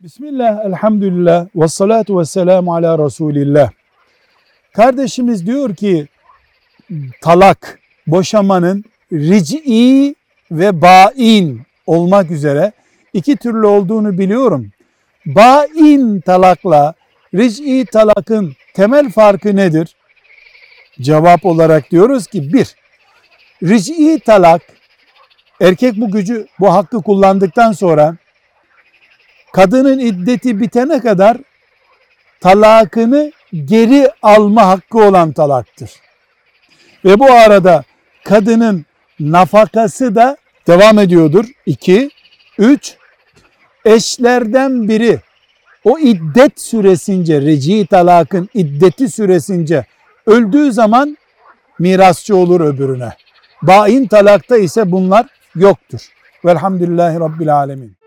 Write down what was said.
Bismillah, elhamdülillah, ve salatu ve selamu ala Resulillah. Kardeşimiz diyor ki talak, boşamanın ric'i ve bain olmak üzere iki türlü olduğunu biliyorum. Bain talakla ric'i talakın temel farkı nedir? Cevap olarak diyoruz ki ric'i talak, erkek bu hakkı kullandıktan sonra kadının iddeti bitene kadar talakını geri alma hakkı olan talaktır. Ve bu arada kadının nafakası da devam ediyordur. 2, 3, eşlerden biri o iddet süresince, reci talakın iddeti süresince öldüğü zaman mirasçı olur öbürüne. Bain talakta ise bunlar yoktur. Velhamdülillahi Rabbil Alemin.